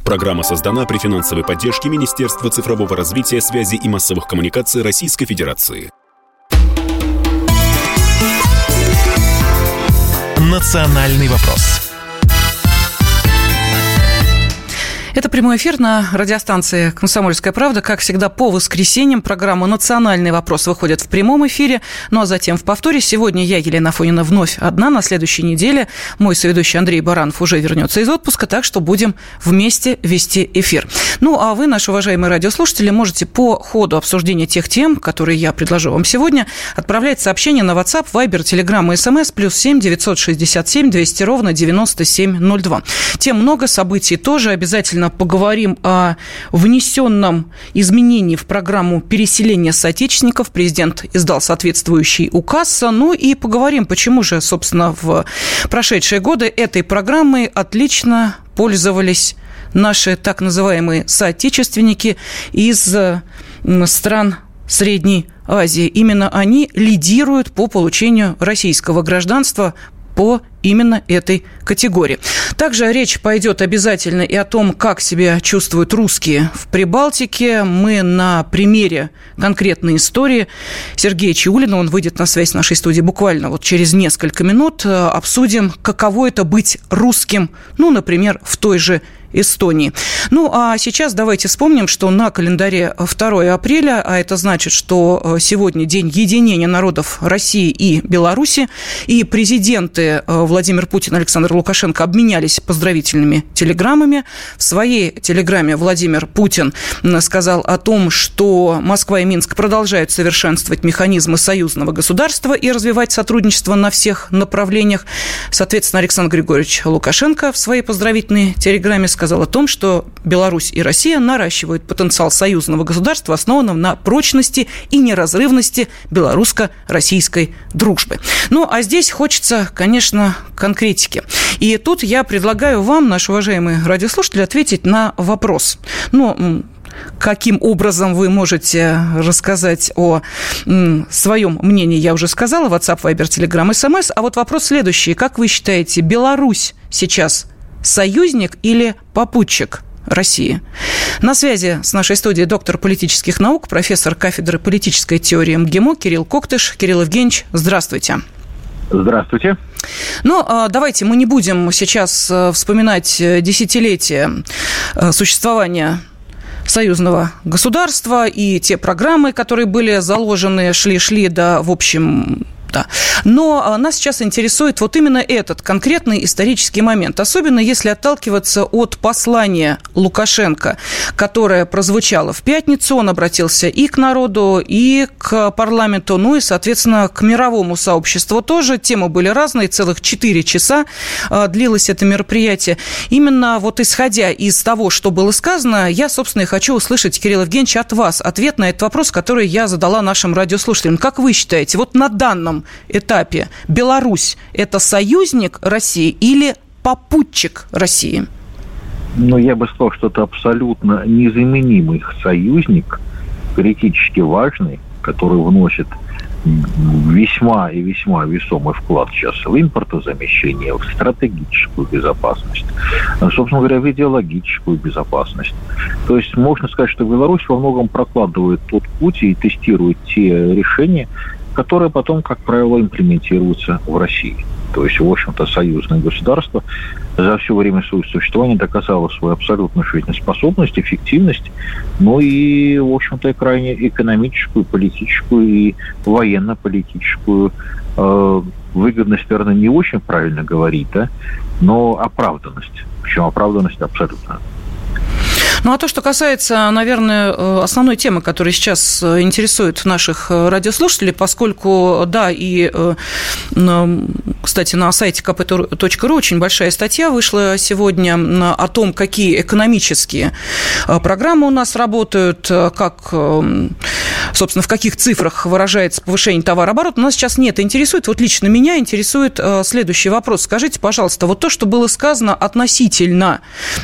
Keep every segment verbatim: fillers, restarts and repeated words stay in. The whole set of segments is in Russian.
Программа создана при финансовой поддержке Министерства цифрового развития, связи и массовых коммуникаций Российской Федерации. Национальный вопрос. Это прямой эфир на радиостанции «Комсомольская правда». Как всегда, по воскресеньям программа «Национальный вопрос» выходит в прямом эфире, ну а затем в повторе. Сегодня я, Елена Афонина, вновь одна. На следующей неделе мой соведущий Андрей Баранов уже вернется из отпуска, так что будем вместе вести эфир. Ну, а вы, наши уважаемые радиослушатели, можете по ходу обсуждения тех тем, которые я предложу вам сегодня, отправлять сообщения на WhatsApp, Viber, Telegram и СМС плюс семь девятьсот шестьдесят семь двести ровно девяносто семь ноль два. Тем много, событий тоже. Обязательно поговорим о внесенном изменении в программу переселения соотечественников. Президент издал соответствующий указ. Ну и поговорим, почему же, собственно, в прошедшие годы этой программой отлично пользовались наши так называемые соотечественники из стран Средней Азии. Именно они лидируют по получению российского гражданства по именно этой категории. Также речь пойдет обязательно и о том, как себя чувствуют русские в Прибалтике. Мы на примере конкретной истории Сергея Чаулина, он выйдет на связь с нашей студией буквально вот через несколько минут, обсудим, каково это быть русским, ну, например, в той же Эстонии. Ну, а сейчас давайте вспомним, что на календаре второе апреля, а это значит, что сегодня день единения народов России и Беларуси, и президенты Владимир Путин и Александр Лукашенко обменялись поздравительными телеграммами. В своей телеграмме Владимир Путин сказал о том, что Москва и Минск продолжают совершенствовать механизмы союзного государства и развивать сотрудничество на всех направлениях. Соответственно, Александр Григорьевич Лукашенко в своей поздравительной телеграмме сказал о том, что Беларусь и Россия наращивают потенциал союзного государства, основанного на прочности и неразрывности белорусско-российской дружбы. Ну, а здесь хочется, конечно, конкретики. И тут я предлагаю вам, наши уважаемые радиослушатели, ответить на вопрос. Ну, каким образом вы можете рассказать о м, своем мнении, я уже сказала, WhatsApp, Viber, Telegram, эс эм эс. А вот вопрос следующий. Как вы считаете, Беларусь сейчас союзник или попутчик России? На связи с нашей студией доктор политических наук, профессор кафедры политической теории МГИМО Кирилл Коктыш. Кирилл Евгеньевич, здравствуйте. Здравствуйте. Ну, давайте мы не будем сейчас вспоминать десятилетия существования союзного государства и те программы, которые были заложены, шли-шли, да, в общем... Да. Но нас сейчас интересует вот именно этот конкретный исторический момент, особенно если отталкиваться от послания Лукашенко, которое прозвучало в пятницу. Он обратился и к народу, и к парламенту, ну и, соответственно, к мировому сообществу тоже. Темы были разные, целых четыре часа длилось это мероприятие. Именно вот исходя из того, что было сказано, я, собственно, и хочу услышать, Кирилл Евгеньевич, от вас ответ на этот вопрос, который я задала нашим радиослушателям. Как вы считаете, вот на данном этапе Беларусь – это союзник России или попутчик России? Ну, я бы сказал, что это абсолютно незаменимый союзник, критически важный, который вносит весьма и весьма весомый вклад сейчас в импортозамещение, в стратегическую безопасность, собственно говоря, в идеологическую безопасность. То есть можно сказать, что Беларусь во многом прокладывает тот путь и тестирует те решения, которые потом, как правило, имплементируются в России. То есть, в общем-то, союзное государство за все время своего существования доказало свою абсолютную жизнеспособность, эффективность, ну и, в общем-то, крайне экономическую, политическую и военно-политическую э, выгодность, наверное, не очень правильно говорить, да, но оправданность. Причем оправданность абсолютно. Ну, а то, что касается, наверное, основной темы, которая сейчас интересует наших радиослушателей, поскольку, да, и, кстати, на сайте ка пэ точка ру очень большая статья вышла сегодня о том, какие экономические программы у нас работают, как, собственно, в каких цифрах выражается повышение товарооборота. Нас сейчас не это интересует. Вот лично меня интересует следующий вопрос. Скажите, пожалуйста, вот то, что было сказано относительно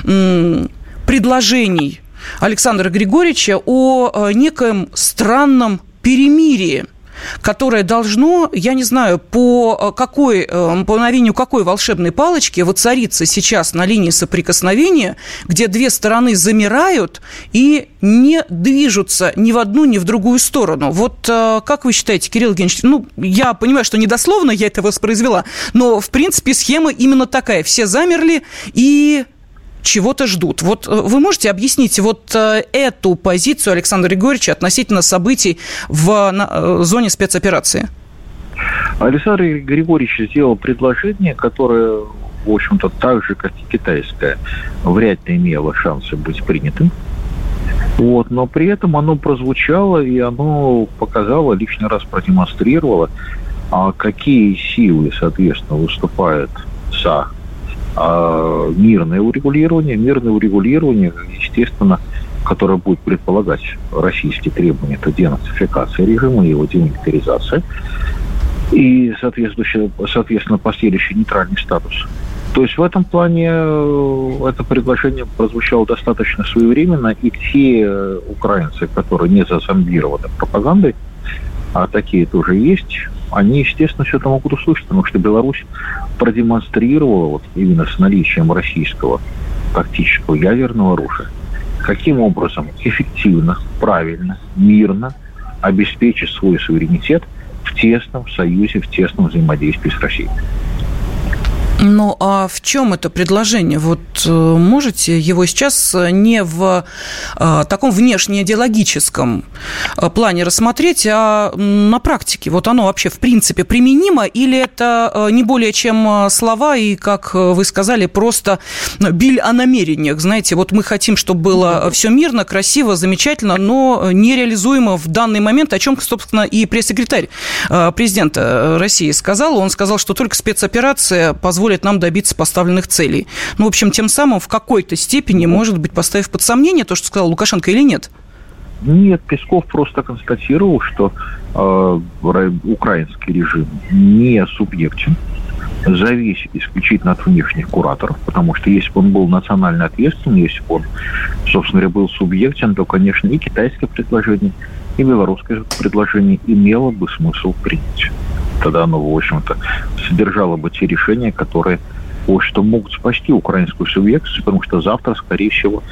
предложений Александра Григорьевича о некоем странном перемирии которое должно, я не знаю, по какой, по мановению какой волшебной палочки воцариться сейчас на линии соприкосновения, где две стороны замирают и не движутся ни в одну, ни в другую сторону. Вот как вы считаете, Кирилл Евгеньевич, ну, я понимаю, что недословно я это воспроизвела, но, в принципе, схема именно такая. Все замерли и чего-то ждут. Вот вы можете объяснить вот эту позицию Александра Григорьевича относительно событий в зоне спецоперации? Александр Григорьевич сделал предложение, которое, в общем-то, так же, как и китайское, вряд ли имело шансы быть принятым. Вот, но при этом оно прозвучало, и оно показало, лишний раз продемонстрировало, а какие силы, соответственно, выступают за а, мирное урегулирование. Мирное урегулирование, естественно, которое будет предполагать российские требования, это денацификация режима и его демилитаризация, и, соответственно, последующий нейтральный статус. То есть в этом плане это предложение прозвучало достаточно своевременно, и те украинцы, которые не зазомбированы пропагандой, а такие тоже есть, они, естественно, все это могут услышать, потому что Беларусь продемонстрировала вот именно с наличием российского тактического ядерного оружия, каким образом эффективно, правильно, мирно обеспечить свой суверенитет в тесном союзе, в тесном взаимодействии с Россией. Ну, а в чем это предложение? Вот можете его сейчас не в а, таком внешнеидеологическом плане рассмотреть, а на практике? Вот оно вообще в принципе применимо или это не более чем слова и, как вы сказали, просто биль о намерениях? Знаете, вот мы хотим, чтобы было все мирно, красиво, замечательно, но нереализуемо в данный момент, о чем, собственно, и пресс-секретарь президента России сказал. Он сказал, что только спецоперация позволит нам добиться поставленных целей. Ну, в общем, тем самым в какой-то степени, может быть, поставив под сомнение то, что сказал Лукашенко, или нет? Нет, Песков просто констатировал, что э, украинский режим не субъектен, зависит исключительно от внешних кураторов, потому что если бы он был национально ответственен, если бы он, собственно говоря, был субъектен, то, конечно, и китайское предложение, и белорусское предложение имело бы смысл принять. Тогда оно, в общем-то, содержало бы те решения, которые, в общем-то, могут спасти украинскую субъектность, потому что завтра, скорее всего,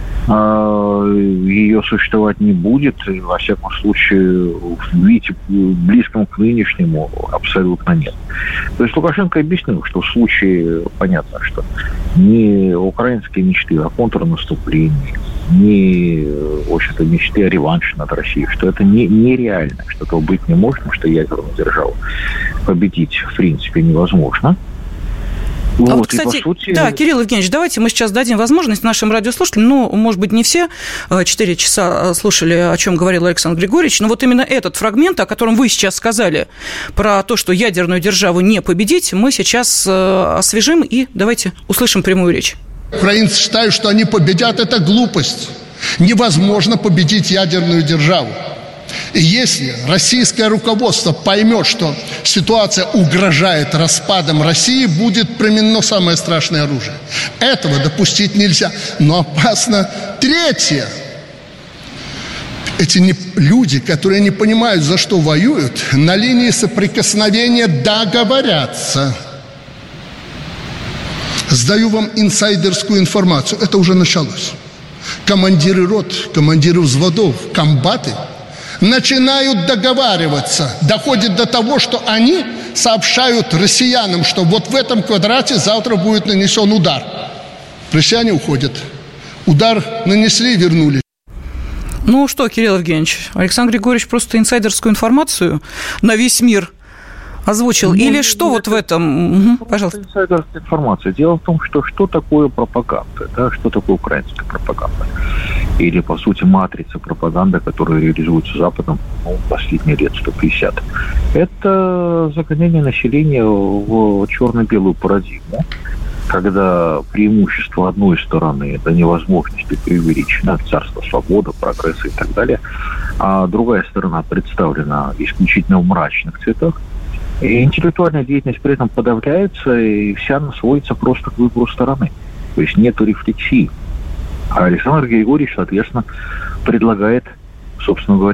ее существовать не будет, и, во всяком случае, в виде близком к нынешнему абсолютно нет. То есть Лукашенко объяснил, что в случае, понятно, что ни украинские мечты о контрнаступлении, ни, в общем-то, мечты о реванше над Россией, что это не, нереально, что этого быть не может, потому что ядерную державу победить, в принципе, невозможно. Вот, а вот, кстати, сути... да, Кирилл Евгеньевич, давайте мы сейчас дадим возможность нашим радиослушателям, ну, может быть, не все четыре часа слушали, о чем говорил Александр Григорьевич, но вот именно этот фрагмент, о котором вы сейчас сказали, про то, что ядерную державу не победить, мы сейчас освежим и давайте услышим прямую речь. Украинцы считают, что они победят, это глупость. Невозможно победить ядерную державу. И если российское руководство поймет, что ситуация угрожает распадом России, будет применено самое страшное оружие. Этого допустить нельзя. Но опасно третье. Эти не, люди, которые не понимают, за что воюют, на линии соприкосновения договорятся. Сдаю вам инсайдерскую информацию. Это уже началось. Командиры рот, командиры взводов, комбаты начинают договариваться. Доходит до того, что они сообщают россиянам, что вот в этом квадрате завтра будет нанесен удар. Россияне уходят. Удар нанесли и вернулись. Ну что, Кирилл Евгеньевич, Александр Григорьевич просто инсайдерскую информацию на весь мир озвучил? Ну, или что вот в этом? Угу, пожалуйста. Инсайдерская информация. Дело в том, что что такое пропаганда, да, что такое украинская пропаганда. Или, по сути, матрица пропаганды, которая реализуется Западом ну, последние лет сто пятьдесят. Это загонение населения в черно-белую парадигму, когда преимущество одной стороны – это невозможность преувеличена, царство, свобода, прогресс и так далее, а другая сторона представлена исключительно в мрачных цветах. И интеллектуальная деятельность при этом подавляется, и вся она сводится просто к выбору стороны. То есть нет рефлексии. А Александр Григорьевич, соответственно, предлагает, собственно говоря,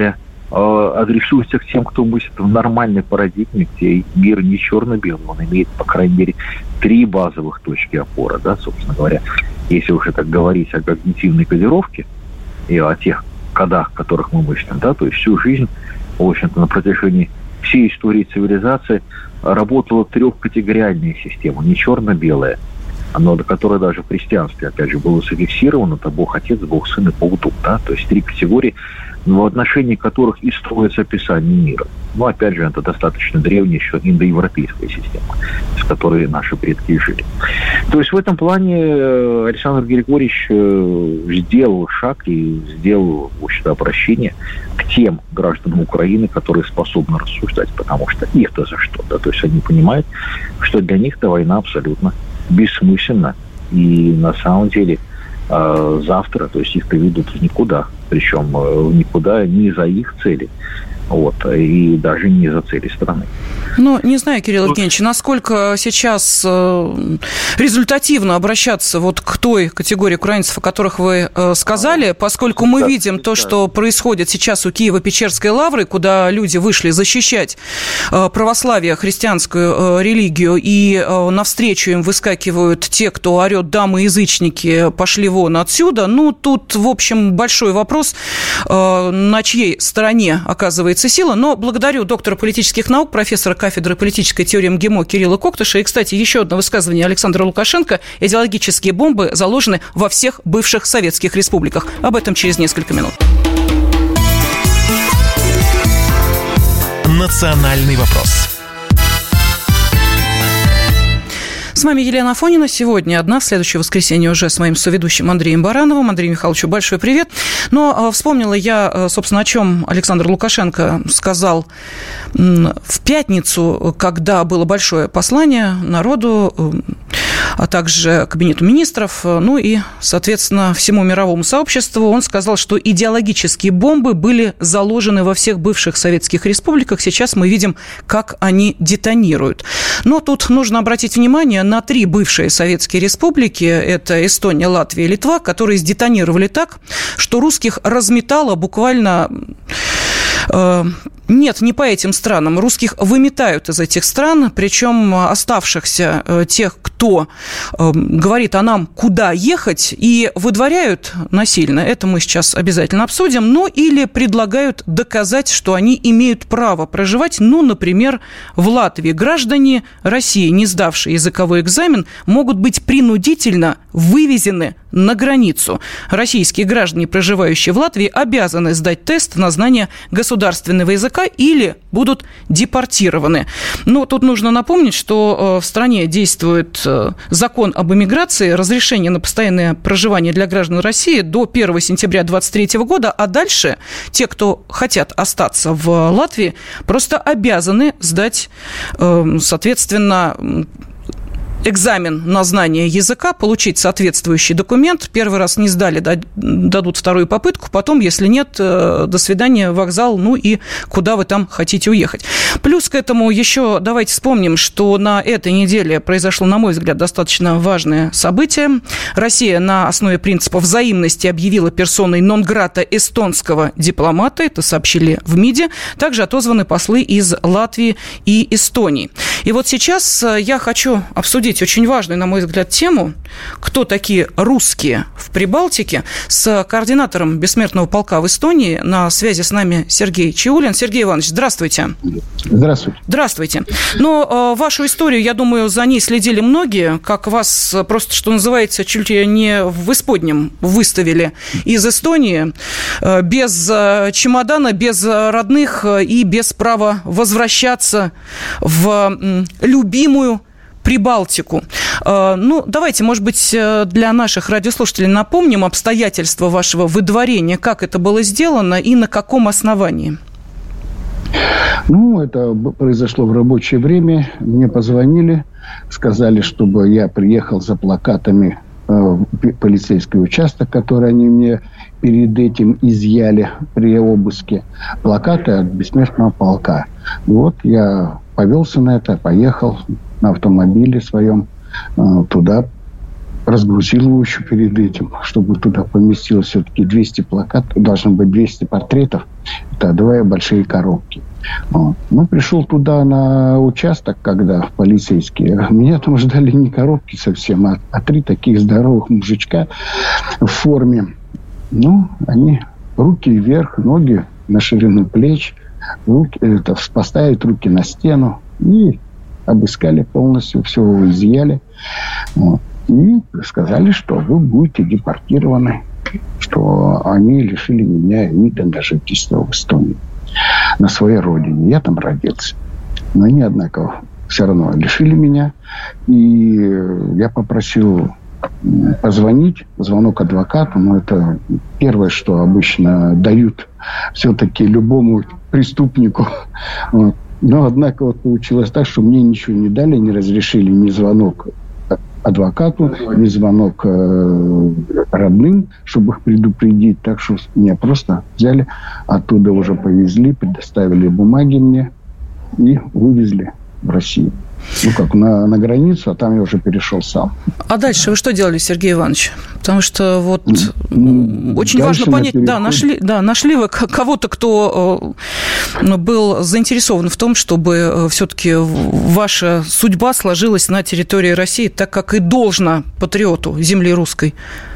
адресуется к тем, кто мыслит в нормальной парадигме, где мир не черно-белый, он имеет, по крайней мере, три базовых точки опоры, да, собственно говоря. Если уже так говорить о когнитивной кодировке и о тех кодах, которых мы мыслим, да, то есть всю жизнь, в общем-то, на протяжении всей истории цивилизации работала трехкатегориальная система, не черно-белая, но которая даже в христианстве, опять же, была зафиксирована, это Бог Отец, Бог Сын и Бог Дух, да, то есть три категории, в отношении которых и строится описание мира. Ну, опять же, это достаточно древняя еще индоевропейская система, с которой наши предки жили. То есть в этом плане Александр Григорьевич сделал шаг и сделал, в общем-то, обращение к тем гражданам Украины, которые способны рассуждать, потому что их-то за что? Да? То есть они понимают, что для них эта война абсолютно бессмысленна. И на самом деле завтра, то есть их-то ведут в никуда, причем в никуда не за их цели, вот, и даже не за цели страны. Ну, не знаю, Кирилл Евгеньевич, насколько сейчас э, результативно обращаться вот к той категории украинцев, о которых вы э, сказали, поскольку мы видим то, что происходит сейчас у Киево-Печерской лавры, куда люди вышли защищать э, православие, христианскую э, религию, и э, навстречу им выскакивают те, кто орет «дамы-язычники, пошли вон отсюда». Ну, тут, в общем, большой вопрос, э, на чьей стороне оказывается сила, но благодарю доктора политических наук, профессора кафедры политической теории МГИМО Кирилла Коктыша. И, кстати, еще одно высказывание Александра Лукашенко. Идеологические бомбы заложены во всех бывших советских республиках. Об этом через несколько минут. Национальный вопрос. С вами Елена Афонина. Сегодня одна, в следующее воскресенье уже с моим соведущим Андреем Барановым. Андрею Михайловичу большой привет. Но вспомнила я, собственно, о чем Александр Лукашенко сказал в пятницу, когда было большое послание народу, а также Кабинету министров, ну и, соответственно, всему мировому сообществу. Он сказал, что идеологические бомбы были заложены во всех бывших советских республиках. Сейчас мы видим, как они детонируют. Но тут нужно обратить внимание на три бывшие советские республики. Это Эстония, Латвия и Литва, которые сдетонировали так, что русских разметало буквально... Э, Нет, не по этим странам. Русских выметают из этих стран, причем оставшихся э, тех, кто э, говорит о нам, куда ехать, и выдворяют насильно. Это мы сейчас обязательно обсудим. Ну, или предлагают доказать, что они имеют право проживать, ну, например, в Латвии. Граждане России, не сдавшие языковой экзамен, могут быть принудительно вывезены на границу. Российские граждане, проживающие в Латвии, обязаны сдать тест на знание государственного языка или будут депортированы. Но тут нужно напомнить, что в стране действует закон об эмиграции, разрешение на постоянное проживание для граждан России до первого сентября две тысячи двадцать третьего года, а дальше те, кто хотят остаться в Латвии, просто обязаны сдать, соответственно, экзамен на знание языка, получить соответствующий документ. Первый раз не сдали, дадут вторую попытку. Потом, если нет, до свидания, вокзал, ну и куда вы там хотите уехать. Плюс к этому еще давайте вспомним, что на этой неделе произошло, на мой взгляд, достаточно важное событие. Россия на основе принципа взаимности объявила персоной нон-грата эстонского дипломата. Это сообщили в МИДе. Также отозваны послы из Латвии и Эстонии. И вот сейчас я хочу обсудить очень важную, на мой взгляд, тему, кто такие русские в Прибалтике, с координатором бессмертного полка в Эстонии. На связи с нами Сергей Чаулин. Сергей Иванович, здравствуйте. Здравствуйте. Здравствуйте. Но э, вашу историю, я думаю, за ней следили многие, как вас просто, что называется, чуть ли не в исподнем выставили из Эстонии, э, без э, чемодана, без родных э, и без права возвращаться в э, любимую Прибалтику. Ну, давайте, может быть, для наших радиослушателей напомним обстоятельства вашего выдворения, как это было сделано и на каком основании. Ну, это произошло в рабочее время. Мне позвонили, сказали, чтобы я приехал за плакатами в полицейский участок, который они мне перед этим изъяли при обыске. Плакаты от бессмертного полка. Вот я повелся на это, поехал на автомобиле своем туда, разгрузил его еще перед этим, чтобы туда поместилось все-таки двести плакатов, должно быть двести портретов. Это две большие коробки. Вот. Ну, пришел туда на участок, когда в полицейские. Меня там ждали не коробки совсем, а, а три таких здоровых мужичка в форме. Ну, они руки вверх, ноги на ширину плеч, руки, это, поставить руки на стену и обыскали полностью, все изъяли. Вот. И сказали, что вы будете депортированы, что они лишили меня вида на жительство в Эстонии, на своей родине. Я там родился. Но они, однако, все равно лишили меня. И я попросил позвонить, звонок адвокату, но это первое, что обычно дают все-таки любому преступнику. Вот. Но, однако, вот получилось так, что мне ничего не дали, не разрешили ни звонок адвокату, ни звонок э, родным, чтобы их предупредить. Так что меня просто взяли, оттуда уже повезли, предоставили бумаги мне и вывезли в Россию. Ну, как на, на границу, а там я уже перешел сам. А дальше вы что делали, Сергей Иванович? Потому что вот mm-hmm. очень дальше важно понять, да нашли, да, нашли вы кого-то, кто э, был заинтересован в том, чтобы все-таки ваша судьба сложилась на территории России, так как и должно патриоту земли русской.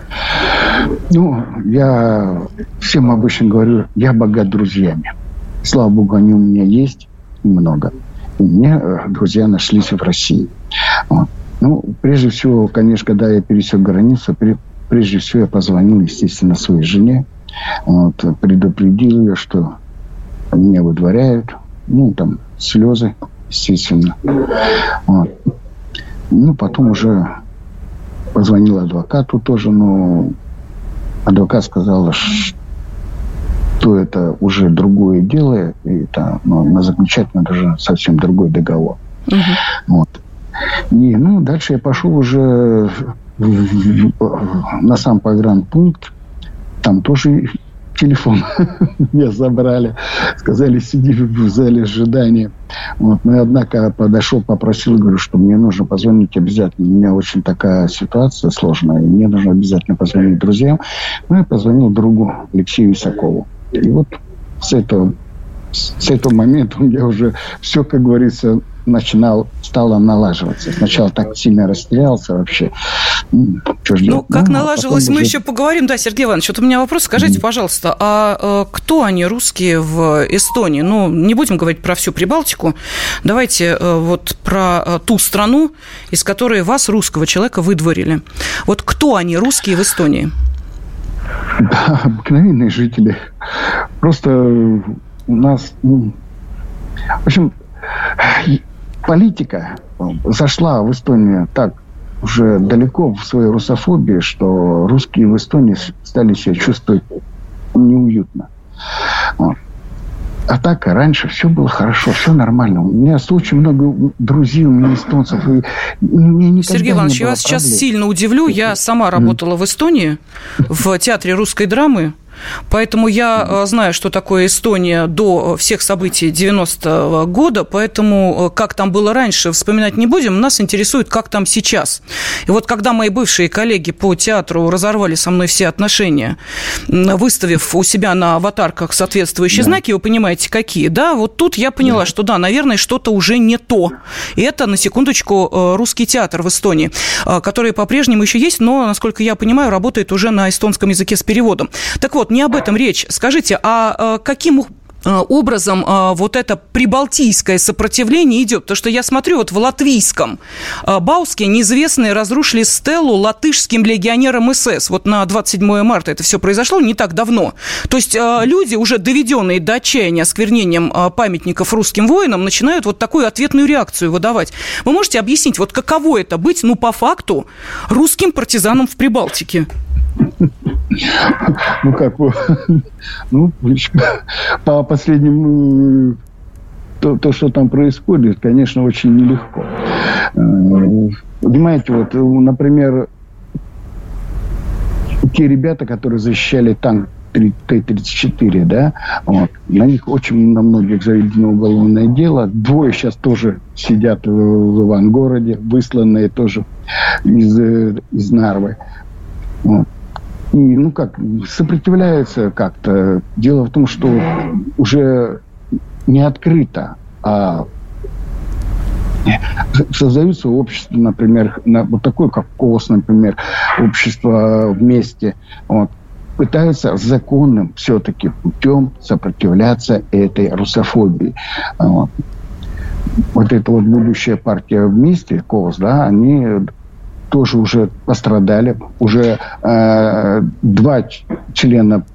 Ну, я всем обычно говорю, я богат друзьями. Слава богу, они у меня есть много. У меня друзья нашлись в России. Вот. Ну, прежде всего, конечно, когда я пересек границу, прежде всего я позвонил, естественно, своей жене. Вот, предупредил ее, что меня выдворяют. Ну, там, слезы, естественно. Вот. Ну, потом уже позвонил адвокату тоже, но адвокат сказал, что это уже другое дело, и это, ну, на заключать надо уже совсем другой договор. Uh-huh. Вот. И, ну, дальше я пошел уже на сам погранпункт. Там тоже телефон меня забрали. Сказали, сиди в зале ожидания. Вот. Но я, однако, подошел, попросил, говорю, что мне нужно позвонить обязательно. У меня очень такая ситуация сложная, и мне нужно обязательно позвонить друзьям. Ну, я позвонил другу Алексею Исакову. И вот с этого, с этого момента у меня уже все, как говорится, начинал, стало налаживаться. Сначала так сильно растерялся вообще. Ну, ну как ну, налаживалось, мы уже... еще поговорим. Да, Сергей Иванович, вот у меня вопрос. Скажите, mm. пожалуйста, а, а кто они, русские, в Эстонии? Ну, не будем говорить про всю Прибалтику. Давайте а, вот про а, ту страну, из которой вас, русского человека, выдворили. Вот кто они, русские, в Эстонии? Да, обыкновенные жители. Просто у нас... Ну, в общем, политика зашла в Эстонию так уже далеко в своей русофобии, что русские в Эстонии стали себя чувствовать неуютно. Вот. А так, раньше все было хорошо, все нормально. У меня очень много друзей, у меня эстонцев. И Сергей Иванович, я вас проблем. Сейчас сильно удивлю. Я сама работала в Эстонии, в театре русской драмы. Поэтому я знаю, что такое Эстония до всех событий девяностого года, поэтому как там было раньше, вспоминать не будем, нас интересует, как там сейчас. И вот когда мои бывшие коллеги по театру разорвали со мной все отношения, выставив у себя на аватарках соответствующие да. знаки, вы понимаете, какие, да, вот тут я поняла, да. что да, наверное, что-то уже не то. И это, на секундочку, русский театр в Эстонии, который по-прежнему еще есть, но, насколько я понимаю, работает уже на эстонском языке с переводом. Так вот, не об этом речь. Скажите, а каким образом вот это прибалтийское сопротивление идет? Потому что я смотрю, вот в латвийском Бауске неизвестные разрушили стелу латышским легионерам СС. Вот на двадцать седьмое марта это все произошло не так давно. То есть люди, уже доведенные до отчаяния осквернением памятников русским воинам, начинают вот такую ответную реакцию выдавать. Вы можете объяснить, вот каково это быть, ну, по факту, русским партизаном в Прибалтике? Ну, как бы, ну, по последнему, то, то, что там происходит, конечно, очень нелегко. Понимаете, вот, например, те ребята, которые защищали танк Т тридцать четыре, да, вот. На них очень на многих заведено уголовное дело. Двое сейчас тоже сидят в, в Ивангороде, высланные тоже из, из Нарвы. Вот. И, ну как, сопротивляются как-то. Дело в том, что уже не открыто, а создаются общества, например, на, вот такое, как КОС, например, общество вместе, вот, пытаются законным все-таки путем сопротивляться этой русофобии. Вот, вот эта вот будущая партия вместе, КОС, да, они тоже уже пострадали. Уже э, два члена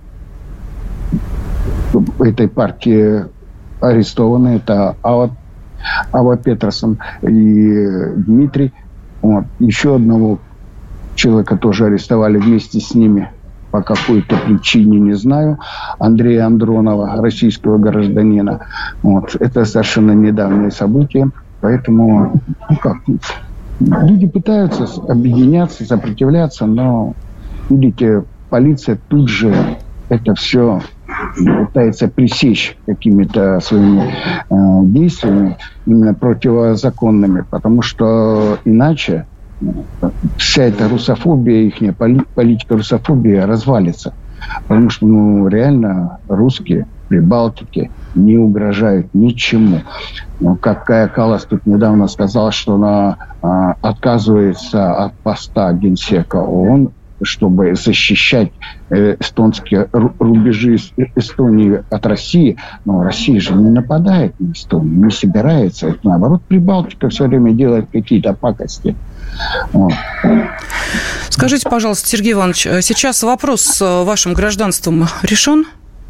этой партии арестованы. Это Ава, Ава Петерсон и Дмитрий. Вот. Еще одного человека тоже арестовали вместе с ними. По какой-то причине, не знаю. Андрея Андронова, российского гражданина. Вот. Это совершенно недавние события. Поэтому, ну как... Люди пытаются объединяться, сопротивляться, но, видите, полиция тут же это все пытается пресечь какими-то своими э, действиями, именно противозаконными, потому что иначе вся эта русофобия, их политика русофобии развалится. Потому что, ну, реально русские Прибалтике не угрожают ничему. Ну, как Кая Каллас тут недавно сказал, что она а, отказывается от поста генсека ООН, чтобы защищать э, эстонские рубежи Эстонии от России. Но Россия же не нападает на Эстонию, не собирается. Это, наоборот, Прибалтика все время делает какие-то пакости. Вот. Скажите, пожалуйста, Сергей Иванович, сейчас вопрос с вашим гражданством решен?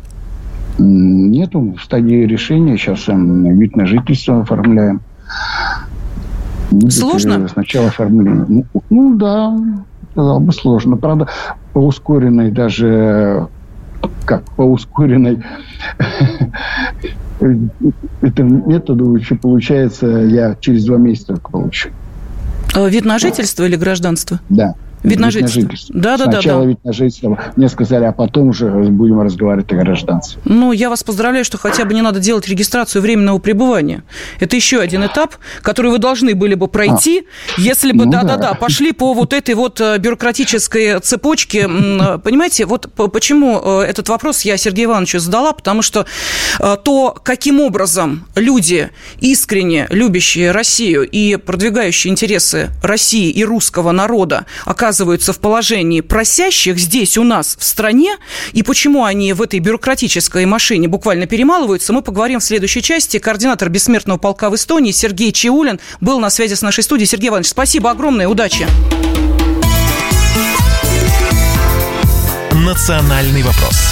Нету в стадии решения. Сейчас вид на жительство оформляем. Сложно? Сначала оформление. Ну, ну да, сказал бы сложно. Правда, по ускоренной даже... Как? По ускоренной... Этому методу еще получается, я через два месяца только получу. Вид на жительство или гражданство? Да. Вид на жительство. Да, да, да. Сначала да. вид на жительство. Мне сказали, а потом уже будем разговаривать о гражданстве. Ну, я вас поздравляю, что хотя бы не надо делать регистрацию временного пребывания. Это еще один этап, который вы должны были бы пройти, а. если бы, ну, да-да-да, да. пошли по вот этой вот бюрократической цепочке. Понимаете, вот почему этот вопрос я Сергею Ивановичу задала, потому что то, каким образом люди, искренне любящие Россию и продвигающие интересы России и русского народа, оказываются оказываются в положении просящих здесь у нас в стране, и почему они в этой бюрократической машине буквально перемалываются, мы поговорим в следующей части. Координатор Бессмертного полка в Эстонии Сергей Чиулин был на связи с нашей студией. Сергей Иванович, спасибо огромное, удачи. Национальный вопрос.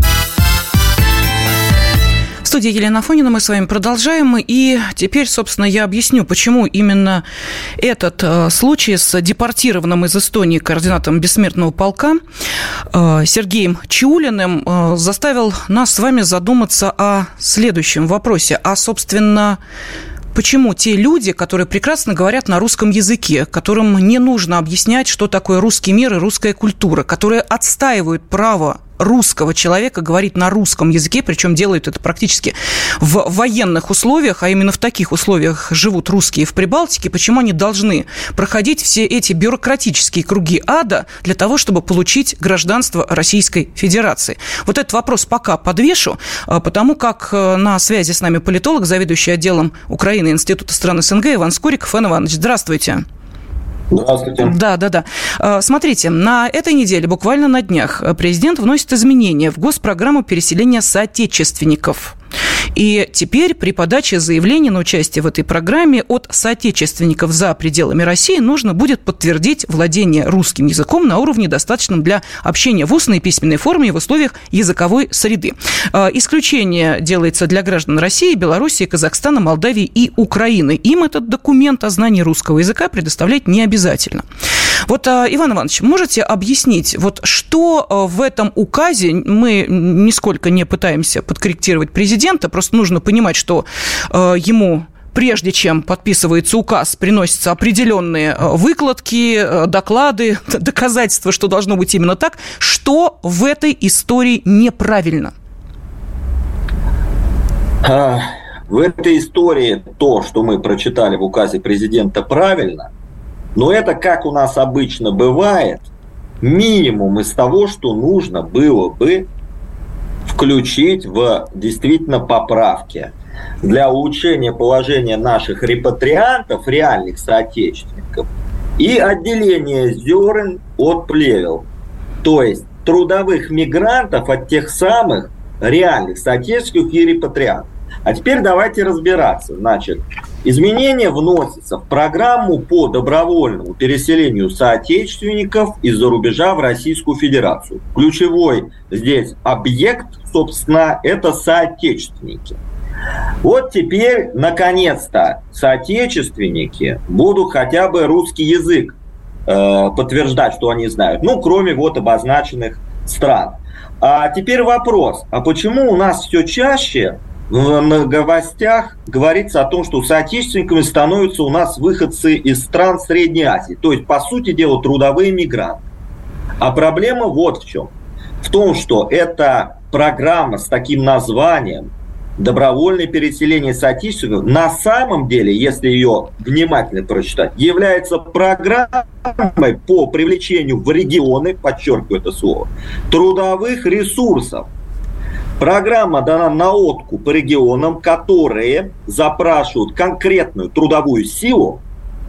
В студии Елена Афонина, мы с вами продолжаем. И теперь, собственно, я объясню, почему именно этот э, случай с депортированным из Эстонии координатором Бессмертного полка э, Сергеем Чиулиным э, заставил нас с вами задуматься о следующем вопросе. А, собственно, почему те люди, которые прекрасно говорят на русском языке, которым не нужно объяснять, что такое русский мир и русская культура, которые отстаивают право русского человека говорить на русском языке, причем делают это практически в военных условиях, а именно в таких условиях живут русские в Прибалтике, почему они должны проходить все эти бюрократические круги ада для того, чтобы получить гражданство Российской Федерации? Вот этот вопрос пока подвешу, потому как на связи с нами политолог, заведующий отделом Украины Института стран СНГ Иван Скориков. Иван Иванович, здравствуйте. Здравствуйте. Да, да, да. Смотрите, на этой неделе, буквально на днях, президент вносит изменения в госпрограмму переселения соотечественников. И теперь при подаче заявления на участие в этой программе от соотечественников за пределами России нужно будет подтвердить владение русским языком на уровне, достаточном для общения в устной и письменной форме и в условиях языковой среды. Исключение делается для граждан России, Белоруссии, Казахстана, Молдавии и Украины. Им этот документ о знании русского языка предоставлять не обязательно. Вот, Иван Иванович, можете объяснить, вот что в этом указе, мы нисколько не пытаемся подкорректировать президента, просто нужно понимать, что ему прежде чем подписывается указ, приносятся определенные выкладки, доклады, доказательства, что должно быть именно так. Что в этой истории неправильно? В этой истории то, что мы прочитали в указе президента, правильно, но это, как у нас обычно бывает, минимум из того, что нужно было бы включить в действительно поправки для улучшения положения наших репатриантов, реальных соотечественников, и отделение зерен от плевел, то есть трудовых мигрантов от тех самых реальных соотечественников и репатриантов. А теперь давайте разбираться. Значит, изменения вносятся в программу по добровольному переселению соотечественников из-за рубежа в Российскую Федерацию. Ключевой здесь объект, собственно, это соотечественники. Вот теперь, наконец-то, соотечественники будут хотя бы русский язык э, подтверждать, что они знают. Ну, кроме вот обозначенных стран. А теперь вопрос. А почему у нас все чаще в новостях говорится о том, что соотечественниками становятся у нас выходцы из стран Средней Азии? То есть, по сути дела, трудовые мигранты. А проблема вот в чем. В том, что эта программа с таким названием «Добровольное переселение соотечественников» на самом деле, если ее внимательно прочитать, является программой по привлечению в регионы, подчеркиваю это слово, трудовых ресурсов. Программа дана на откуп по регионам, которые запрашивают конкретную трудовую силу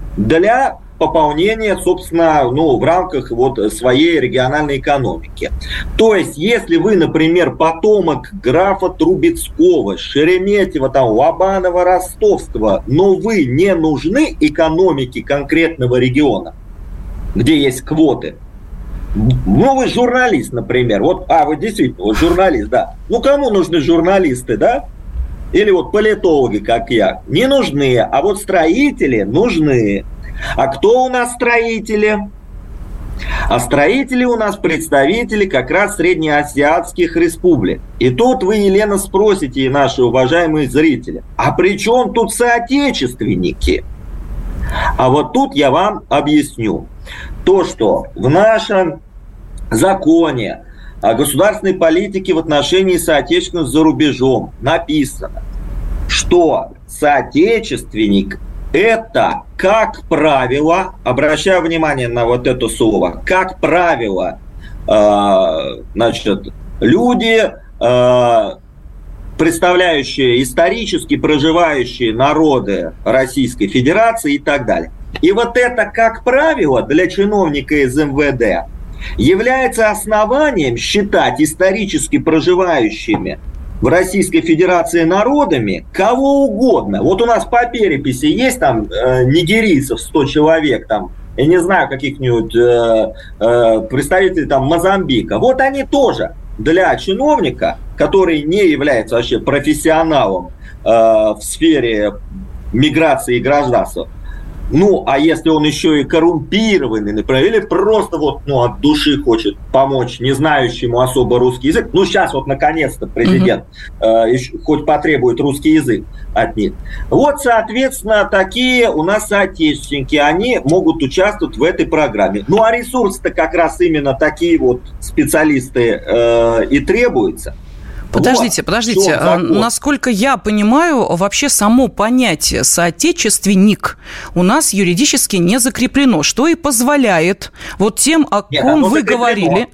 для пополнения, собственно, ну, в рамках вот своей региональной экономики. То есть, если вы, например, потомок графа Трубецкого, Шереметьева, там, Лобанова, Ростовского, но вы не нужны экономике конкретного региона, где есть квоты. Ну, вы журналист, например. Вот, а, вы действительно, вот журналист, да. Ну, кому нужны журналисты, да? Или вот политологи, как я. Не нужны, а вот строители нужны. А кто у нас строители? А строители у нас представители как раз среднеазиатских республик. И тут вы, Елена, спросите, наши уважаемые зрители, а при чем тут соотечественники? А вот тут я вам объясню. То, что в нашем законе о государственной политике в отношении соотечественников за рубежом написано, что соотечественник – это, как правило, обращаю внимание на вот это слово, как правило, э, значит, люди, э, представляющие исторически проживающие народы Российской Федерации и так далее. И вот это, как правило, для чиновника из эм вэ дэ является основанием считать исторически проживающими в Российской Федерации народами кого угодно. Вот у нас по переписи есть там э, нигерийцев сто человек, там, я не знаю, каких-нибудь э, э, представителей там Мозамбика. Вот они тоже для чиновника, который не является вообще профессионалом э, в сфере миграции и гражданства, ну, а если он еще и коррумпированный, например, или просто вот, ну, от души хочет помочь не знающему особо русский язык, ну, сейчас вот наконец-то президент mm-hmm. э, еще, хоть потребует русский язык от них. Вот, соответственно, такие у нас соотечественники, они могут участвовать в этой программе. Ну, а ресурсы-то как раз именно такие вот специалисты э, и требуются. Подождите, подождите. Насколько я понимаю, вообще само понятие «соотечественник» у нас юридически не закреплено, что и позволяет вот тем, о Нет, ком вы закреплено. говорили...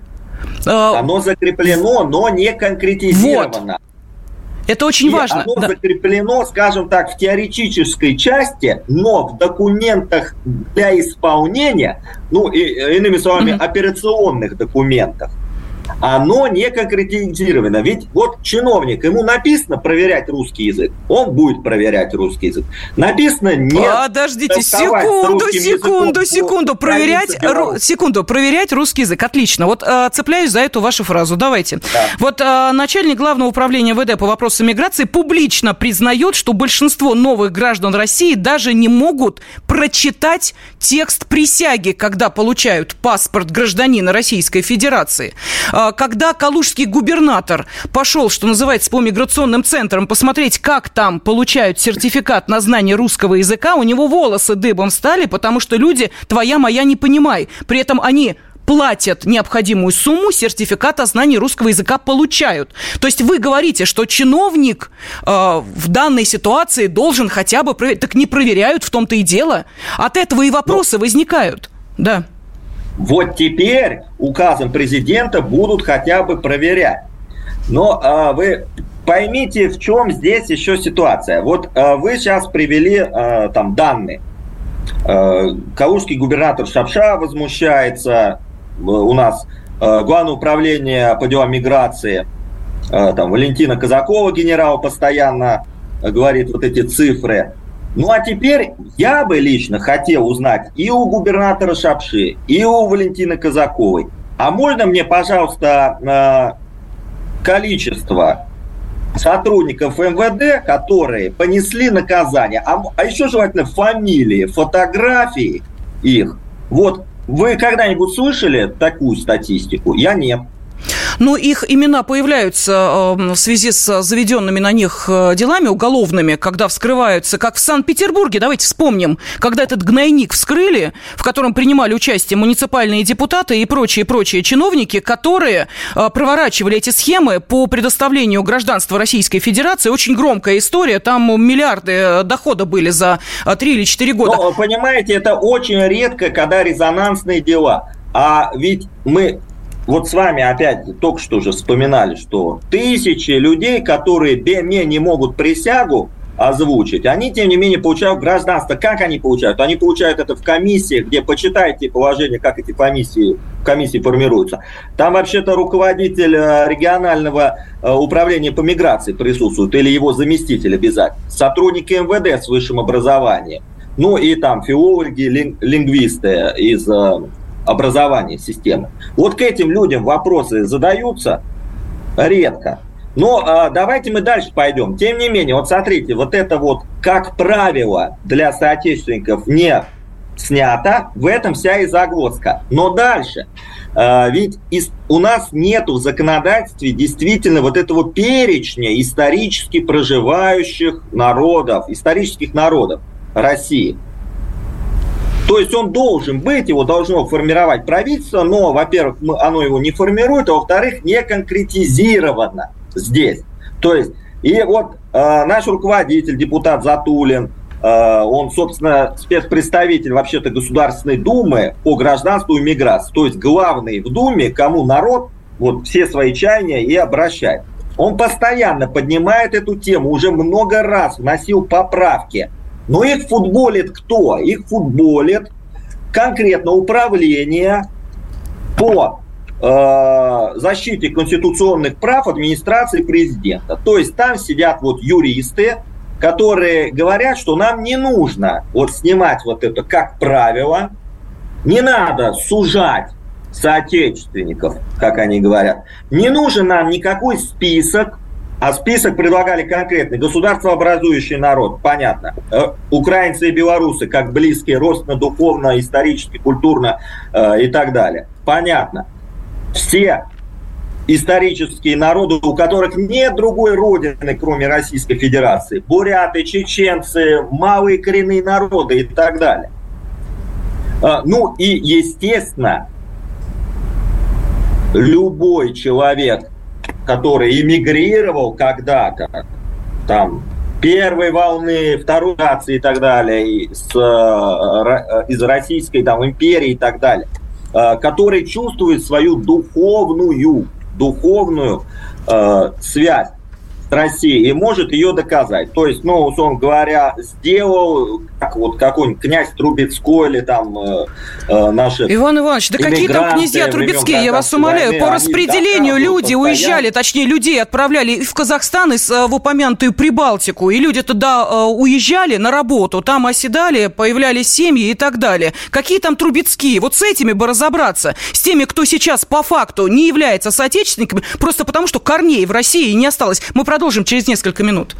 Оно закреплено, но не конкретизировано. Вот. Это очень и важно. Оно да. закреплено, скажем так, в теоретической части, но в документах для исполнения, ну, и, иными словами, mm-hmm. операционных документах, оно не конкретизировано. Ведь вот чиновник, ему написано проверять русский язык, он будет проверять русский язык. Написано нет. Подождите, секунду, секунду, секунду. Проверять, ру, секунду, проверять русский язык. Отлично. Вот э, цепляюсь за эту вашу фразу. Давайте. Да. Вот э, начальник Главного управления вэ дэ по вопросам миграции публично признает, что большинство новых граждан России даже не могут прочитать текст присяги, когда получают паспорт гражданина Российской Федерации. когда калужский губернатор пошел, что называется, по миграционным центрам посмотреть, как там получают сертификат на знание русского языка, у него волосы дыбом стали, потому что люди, твоя моя, не понимай. При этом они платят необходимую сумму, сертификат о знании русского языка получают. То есть вы говорите, что чиновник э, в данной ситуации должен хотя бы проверять. Так не проверяют, в том-то и дело. От этого и вопросы Но... возникают. Да. Вот теперь указом президента будут хотя бы проверять. Но э, вы поймите, в чем здесь еще ситуация. Вот э, вы сейчас привели э, там данные. Э, калужский губернатор Шапша возмущается. У нас э, Главное управление по делам миграции, э, там Валентина Казакова, генерал, постоянно э, говорит вот эти цифры. Ну а теперь я бы лично хотел узнать и у губернатора Шапши, и у Валентины Казаковой. А можно мне, пожалуйста, э, количество сотрудников эм вэ дэ, которые понесли наказание, а, а еще желательно фамилии, фотографии их. Вот вы когда-нибудь слышали такую статистику? Я нет. Ну, их имена появляются в связи с заведенными на них делами уголовными, когда вскрываются, как в Санкт-Петербурге. Давайте вспомним, когда этот гнойник вскрыли, в котором принимали участие муниципальные депутаты и прочие-прочие чиновники, которые проворачивали эти схемы по предоставлению гражданства Российской Федерации. Очень громкая история, там миллиарды дохода были за три или четыре года. Но, понимаете, это очень редко, когда резонансные дела. А ведь мы... Вот с вами опять только что же вспоминали, что тысячи людей, которые не могут присягу озвучить, они, тем не менее, получают гражданство. Как они получают? Они получают это в комиссиях, где почитайте положение, как эти комиссии, комиссии формируются. Там вообще-то руководитель регионального управления по миграции присутствует, или его заместитель обязательно. Сотрудники эм вэ дэ с высшим образованием. Ну и там филологи, лингвисты из... образования системы. Вот к этим людям вопросы задаются редко. Но а, давайте мы дальше пойдем. Тем не менее, вот смотрите, вот это вот, как правило, для соотечественников не снято, в этом вся и загвоздка. Но дальше, а, ведь из, у нас нету в законодательстве действительно вот этого перечня исторически проживающих народов, исторических народов России. То есть он должен быть, его должно формировать правительство, но, во-первых, оно его не формирует, а во-вторых, не конкретизировано здесь. То есть, и вот э, наш руководитель, депутат Затулин, э, он, собственно, спецпредставитель вообще-то Государственной Думы по гражданству и миграции. То есть главный в Думе, кому народ вот все свои чаяния и обращает. Он постоянно поднимает эту тему, уже много раз вносил поправки. Но их футболит кто? Их футболит конкретно управление по э, защите конституционных прав администрации президента. То есть там сидят вот юристы, которые говорят, что нам не нужно вот снимать вот это как правило, не надо сужать соотечественников, как они говорят. Не нужен нам никакой список. А список предлагали конкретный. Государствообразующий народ, понятно. Украинцы и белорусы, как близкие родственно, духовно, исторически, культурно э, и так далее. Понятно. Все исторические народы, у которых нет другой родины, кроме Российской Федерации. Буряты, чеченцы, малые коренные народы и так далее. Э, ну и, естественно, любой человек, который эмигрировал когда-то, там, первой волны, второй нации и так далее, из, из Российской там, империи и так далее, который чувствует свою духовную, духовную э, связь с Россией и может ее доказать. То есть, ну, условно говоря, сделал, как вот какой-нибудь князь Трубецкой или там э, э, наши... Иван Иванович, да какие там князья Трубецкие, я вас умоляю, войны, по распределению люди постоянно уезжали, точнее, людей отправляли и в Казахстан, и в упомянутую Прибалтику, и люди туда э, уезжали на работу, там оседали, появлялись семьи и так далее. Какие там Трубецкие? Вот с этими бы разобраться, с теми, кто сейчас по факту не является соотечественниками, просто потому что корней в России не осталось. Мы продолжим через несколько минут.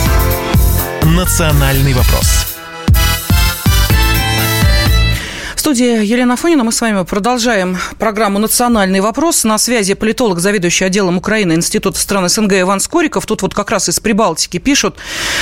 «Национальный вопрос». В студии Елена Афонина. Мы с вами продолжаем программу «Национальный вопрос». На связи политолог, заведующий отделом Украины Института стран СНГ Иван Скориков. Тут вот как раз из Прибалтики пишут,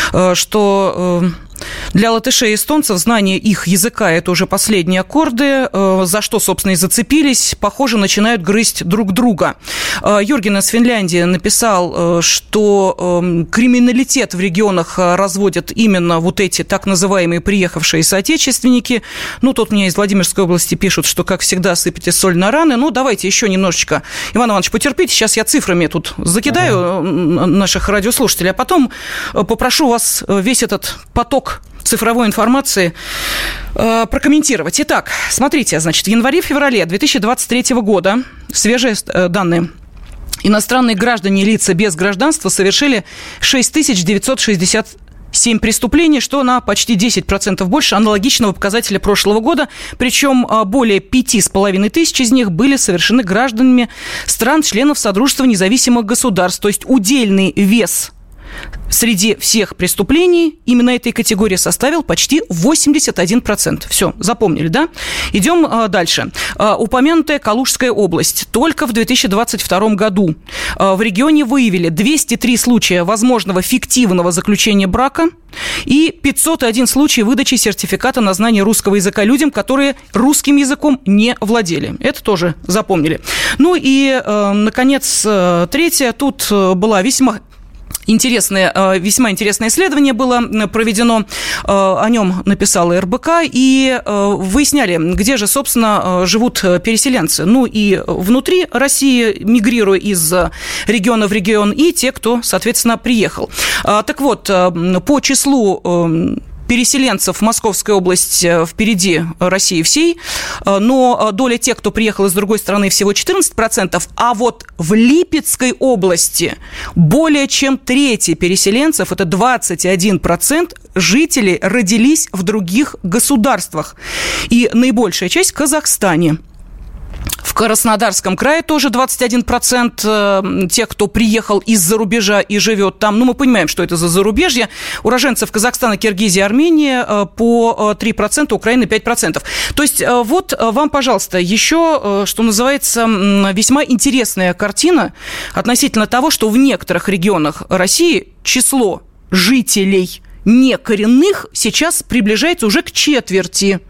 что для латышей и эстонцев знание их языка – это уже последние аккорды, за что, собственно, и зацепились. Похоже, начинают грызть друг друга. Юрген из Финляндии написал, что криминалитет в регионах разводят именно вот эти так называемые приехавшие соотечественники. Ну, тут мне из Владимирской области пишут, что, как всегда, сыпите соль на раны. Ну, давайте еще немножечко, Иван Иванович, потерпите. Сейчас я цифрами тут закидаю ага. наших радиослушателей, а потом попрошу вас весь этот поток цифровой информации э, прокомментировать. Итак, смотрите, значит, в январе-феврале две тысячи двадцать третьего года, свежие э, данные, иностранные граждане и лица без гражданства совершили шесть тысяч девятьсот шестьдесят семь преступлений, что на почти десять процентов больше аналогичного показателя прошлого года. Причем более пять с половиной тысяч из них были совершены гражданами стран-членов Содружества независимых государств. То есть удельный вес среди всех преступлений именно этой категории составил почти восемьдесят один процент. Все, запомнили, да? Идем а, дальше. А, упомянутая Калужская область. Только в две тысячи двадцать втором году а, в регионе выявили двести три случая возможного фиктивного заключения брака и пятьсот один случай выдачи сертификата на знание русского языка людям, которые русским языком не владели. Это тоже запомнили. Ну и, а, наконец, третье. Тут была весьма... Интересное, весьма интересное исследование было проведено, о нем написала эр бэ ка, и выясняли, где же, собственно, живут переселенцы. Ну и внутри России, мигрируя из региона в регион, и те, кто, соответственно, приехал. Так вот, по числу переселенцев в Московской области впереди России всей, но доля тех, кто приехал из другой страны, всего четырнадцать процентов, а вот в Липецкой области более чем трети переселенцев, это двадцать один процент, жителей родились в других государствах, и наибольшая часть в Казахстане. В Краснодарском крае тоже двадцать один процент тех, кто приехал из-за рубежа и живет там. Ну, мы понимаем, что это за зарубежье. Уроженцев Казахстана, Киргизии, Армении по три процента, Украины пять процентов. То есть вот вам, пожалуйста, еще, что называется, весьма интересная картина относительно того, что в некоторых регионах России число жителей некоренных сейчас приближается уже к четверти.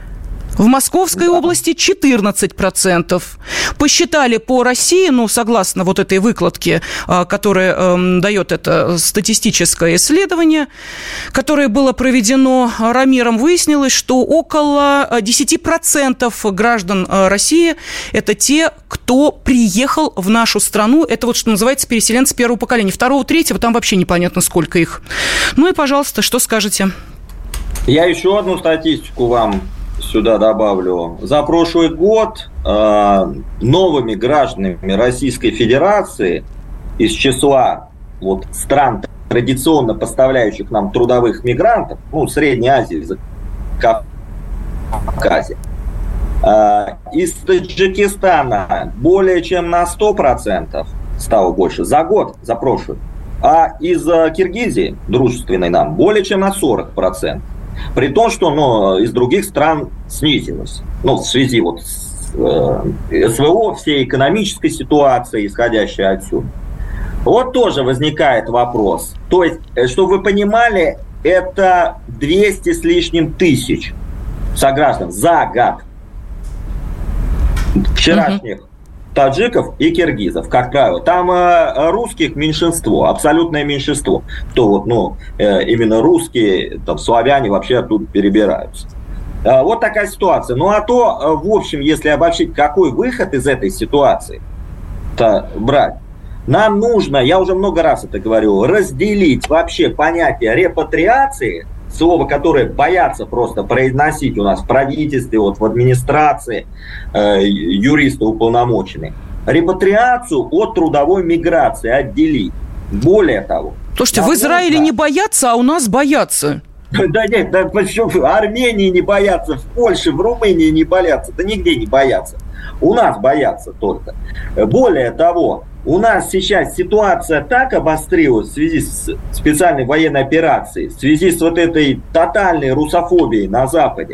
В Московской да. области четырнадцать процентов. Посчитали по России, ну, согласно вот этой выкладке, которая э, дает это статистическое исследование, которое было проведено Рамиром, выяснилось, что около десять процентов граждан России – это те, кто приехал в нашу страну. Это вот, что называется, переселенцы первого поколения. Второго, третьего, там вообще непонятно, сколько их. Ну и, пожалуйста, что скажете? Я еще одну статистику вам сюда добавлю. За прошлый год э, новыми гражданами Российской Федерации из числа вот, стран, традиционно поставляющих нам трудовых мигрантов, ну, Средней Азии, Кавказе, э, из Таджикистана более чем на сто процентов стало больше за год, за прошлый, а из Киргизии, дружественной нам, более чем на сорок процентов. При том, что ну, из других стран снизилось. Ну, в связи вот с э, СВО, всей экономической ситуацией, исходящей отсюда. Вот тоже возникает вопрос. То есть, чтобы вы понимали, это двести с лишним тысяч сограждан за год вчерашних uh-huh. таджиков и киргизов, как правило. Там э, русских меньшинство, абсолютное меньшинство. Кто вот, ну, э, именно русские, там, славяне вообще оттуда перебираются. Э, вот такая ситуация. Ну, а то, э, в общем, если обобщить, какой выход из этой ситуации-то брать, нам нужно, я уже много раз это говорил, разделить вообще понятие репатриации, слово, которое боятся просто произносить у нас в правительстве, вот в администрации, э, юристы уполномоченные. Репатриацию от трудовой миграции отделить. Более того... Слушайте, в Израиле не боятся, а у нас боятся. Да нет, да почему в Армении не боятся, в Польше, в Румынии не боятся, да нигде не боятся. У нас боятся только. Более того, у нас сейчас ситуация так обострилась в связи с специальной военной операцией, в связи с вот этой тотальной русофобией на Западе,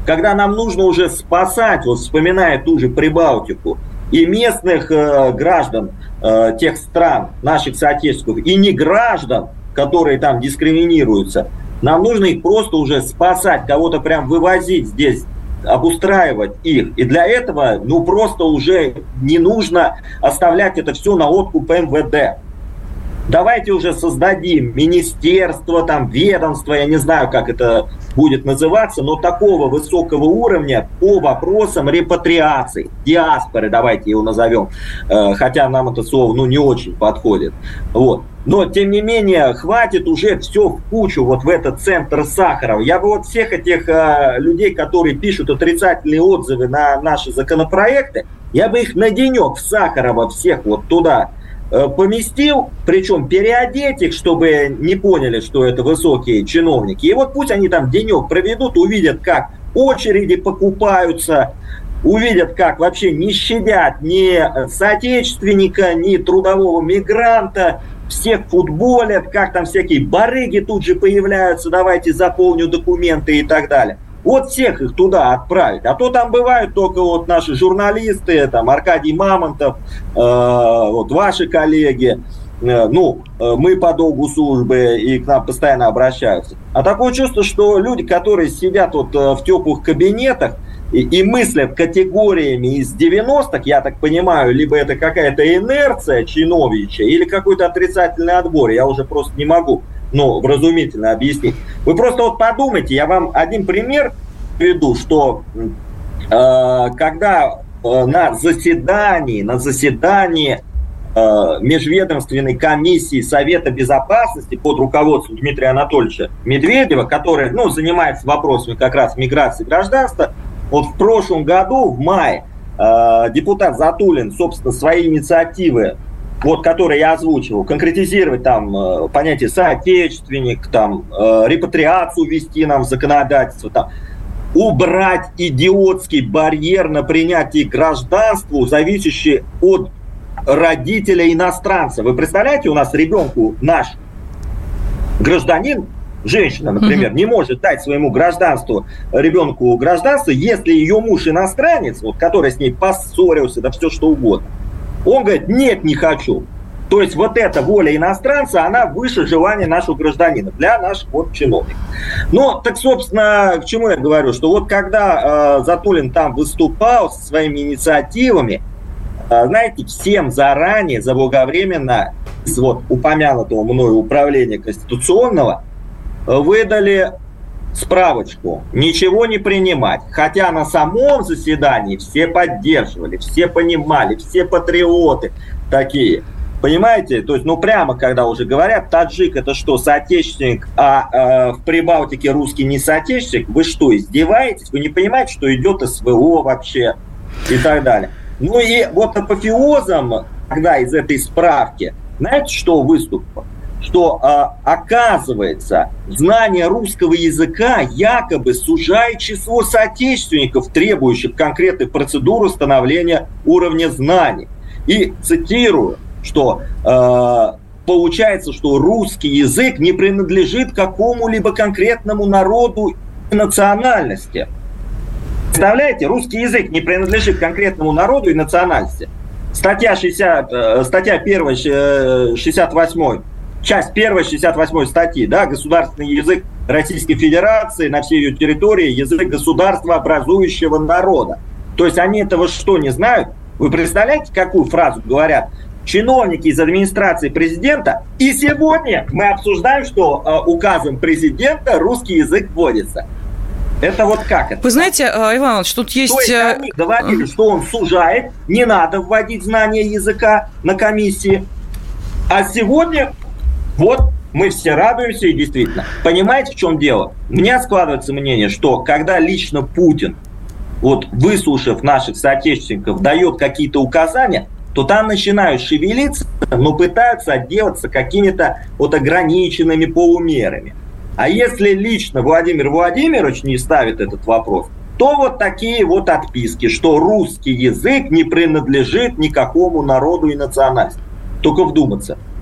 когда нам нужно уже спасать, вот вспоминая ту же Прибалтику, и местных э, граждан э, тех стран, наших соотечественников, и не граждан, которые там дискриминируются, нам нужно их просто уже спасать, кого-то прям вывозить здесь, обустраивать их. И для этого, ну, просто уже не нужно оставлять это все на откуп эм вэ дэ. Давайте уже создадим министерство, там, ведомство, я не знаю, как это будет называться, но такого высокого уровня по вопросам репатриации, диаспоры, давайте его назовем, хотя нам это слово, ну, не очень подходит. Вот. Но, тем не менее, хватит уже все в кучу вот в этот центр Сахарова. Я бы вот всех этих э, людей, которые пишут отрицательные отзывы на наши законопроекты, я бы их на денек в Сахарова всех вот туда э, поместил, причем переодеть их, чтобы не поняли, что это высокие чиновники. И вот пусть они там денек проведут, увидят, как очереди покупаются, увидят, как вообще не щадят ни соотечественника, ни трудового мигранта, всех футболят, как там всякие барыги тут же появляются, давайте заполню документы и так далее. Вот всех их туда отправить. А то там бывают только вот наши журналисты, там Аркадий Мамонтов, э, вот ваши коллеги, э, ну, э, мы по долгу службы и к нам постоянно обращаются. А такое чувство, что люди, которые сидят вот э, в теплых кабинетах, И, и мыслят категориями из девяностых, я так понимаю, либо это какая-то инерция чиновничья, или какой-то отрицательный отбор, я уже просто не могу, ну, вразумительно объяснить. Вы просто вот подумайте, я вам один пример приведу, что э, когда э, на заседании, на заседании э, межведомственной комиссии Совета Безопасности под руководством Дмитрия Анатольевича Медведева, который, ну, занимается вопросами как раз миграции и гражданства, вот в прошлом году, в мае, э, депутат Затулин, собственно, свои инициативы, вот, которые я озвучивал, конкретизировать там э, понятие соотечественник, там, э, репатриацию ввести нам в законодательство, там, убрать идиотский барьер на принятие гражданства, зависящий от родителя иностранца. Вы представляете, у нас ребенку наш гражданин, женщина, например, mm-hmm. не может дать своему гражданству, ребенку гражданство, если ее муж иностранец, вот, который с ней поссорился, да все что угодно. Он говорит, нет, не хочу. То есть вот эта воля иностранца, она выше желания нашего гражданина, для наших вот чиновников. Ну, так, собственно, к чему я говорю, что вот когда э, Затулин там выступал со своими инициативами, э, знаете, всем заранее, заблаговременно, из вот упомянутого мною управления конституционного, выдали справочку, ничего не принимать. Хотя на самом заседании все поддерживали, все понимали, все патриоты такие. Понимаете? То есть, ну прямо, когда уже говорят, таджик это что, соотечественник, а э, в Прибалтике русский не соотечественник, вы что, издеваетесь? Вы не понимаете, что идет СВО вообще и так далее. Ну и вот апофеозом, когда из этой справки, знаете, что выступило? Что, э, оказывается, знание русского языка якобы сужает число соотечественников, требующих конкретной процедуры становления уровня знаний. И цитирую, что э, получается, что русский язык не принадлежит какому-либо конкретному народу и национальности. Представляете, русский язык не принадлежит конкретному народу и национальности. Статья шестьдесят, э, статья первая, шестьдесят восьмой. Часть первая шестьдесят восьмой статьи, да, государственный язык Российской Федерации на всей ее территории, язык государства образующего народа. То есть они этого что, не знают? Вы представляете, какую фразу говорят чиновники из администрации президента? И сегодня мы обсуждаем, что э, указом президента русский язык вводится. Это вот как это? Вы знаете, Иван Иванович, тут есть... То есть они говорили, что он сужает, не надо вводить знания языка на комиссии. А сегодня... Вот мы все радуемся, и действительно. Понимаете, в чем дело? У меня складывается мнение, что когда лично Путин, вот выслушав наших соотечественников, дает какие-то указания, то там начинают шевелиться, но пытаются отделаться какими-то вот ограниченными полумерами. А если лично Владимир Владимирович не ставит этот вопрос, то вот такие вот отписки, что русский язык не принадлежит никакому народу и национальности. Только вдуматься.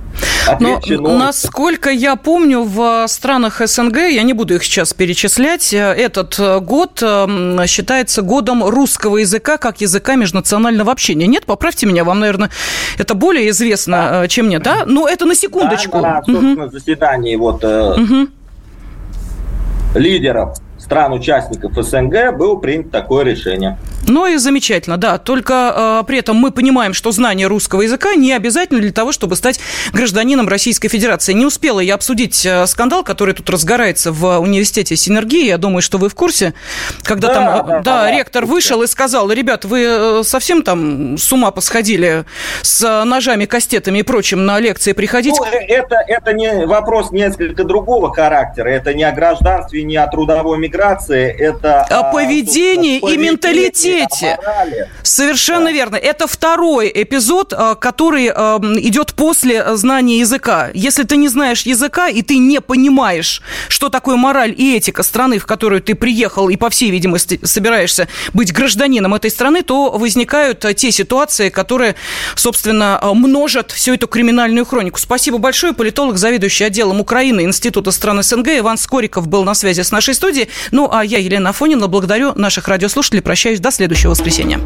Но, насколько я помню, в странах СНГ, я не буду их сейчас перечислять, этот год считается годом русского языка как языка межнационального общения. Нет, поправьте меня, вам, наверное, это более известно, да. чем мне, да? Но это на секундочку. Да, да, собственно, угу. заседании вот, угу. лидеров стран-участников СНГ было принято такое решение. Ну и замечательно, да. Только э, при этом мы понимаем, что знание русского языка не обязательно для того, чтобы стать гражданином Российской Федерации. Не успела я обсудить э, скандал, который тут разгорается в университете Синергии. Я думаю, что вы в курсе. Когда да, там да, да, да, да, ректор вышел и сказал: ребят, вы совсем там с ума посходили с ножами, кастетами и прочим на лекции приходить? Ну, это, это не вопрос несколько другого характера. Это не о гражданстве, не о трудовой миграции. Это о, о поведении и менталитете. Совершенно да. верно. Это второй эпизод, который идет после знания языка. Если ты не знаешь языка и ты не понимаешь, что такое мораль и этика страны, в которую ты приехал и, по всей видимости, собираешься быть гражданином этой страны, то возникают те ситуации, которые, собственно, множат всю эту криминальную хронику. Спасибо большое. Политолог, заведующий отделом Украины Института стран СНГ Иван Скориков был на связи с нашей студией. Ну, а я, Елена Афонина, благодарю наших радиослушателей. Прощаюсь до следующего воскресенья.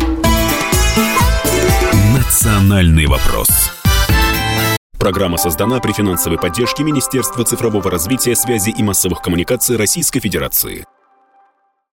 Национальный вопрос. Программа создана при финансовой поддержке Министерства цифрового развития, связи и массовых коммуникаций Российской Федерации.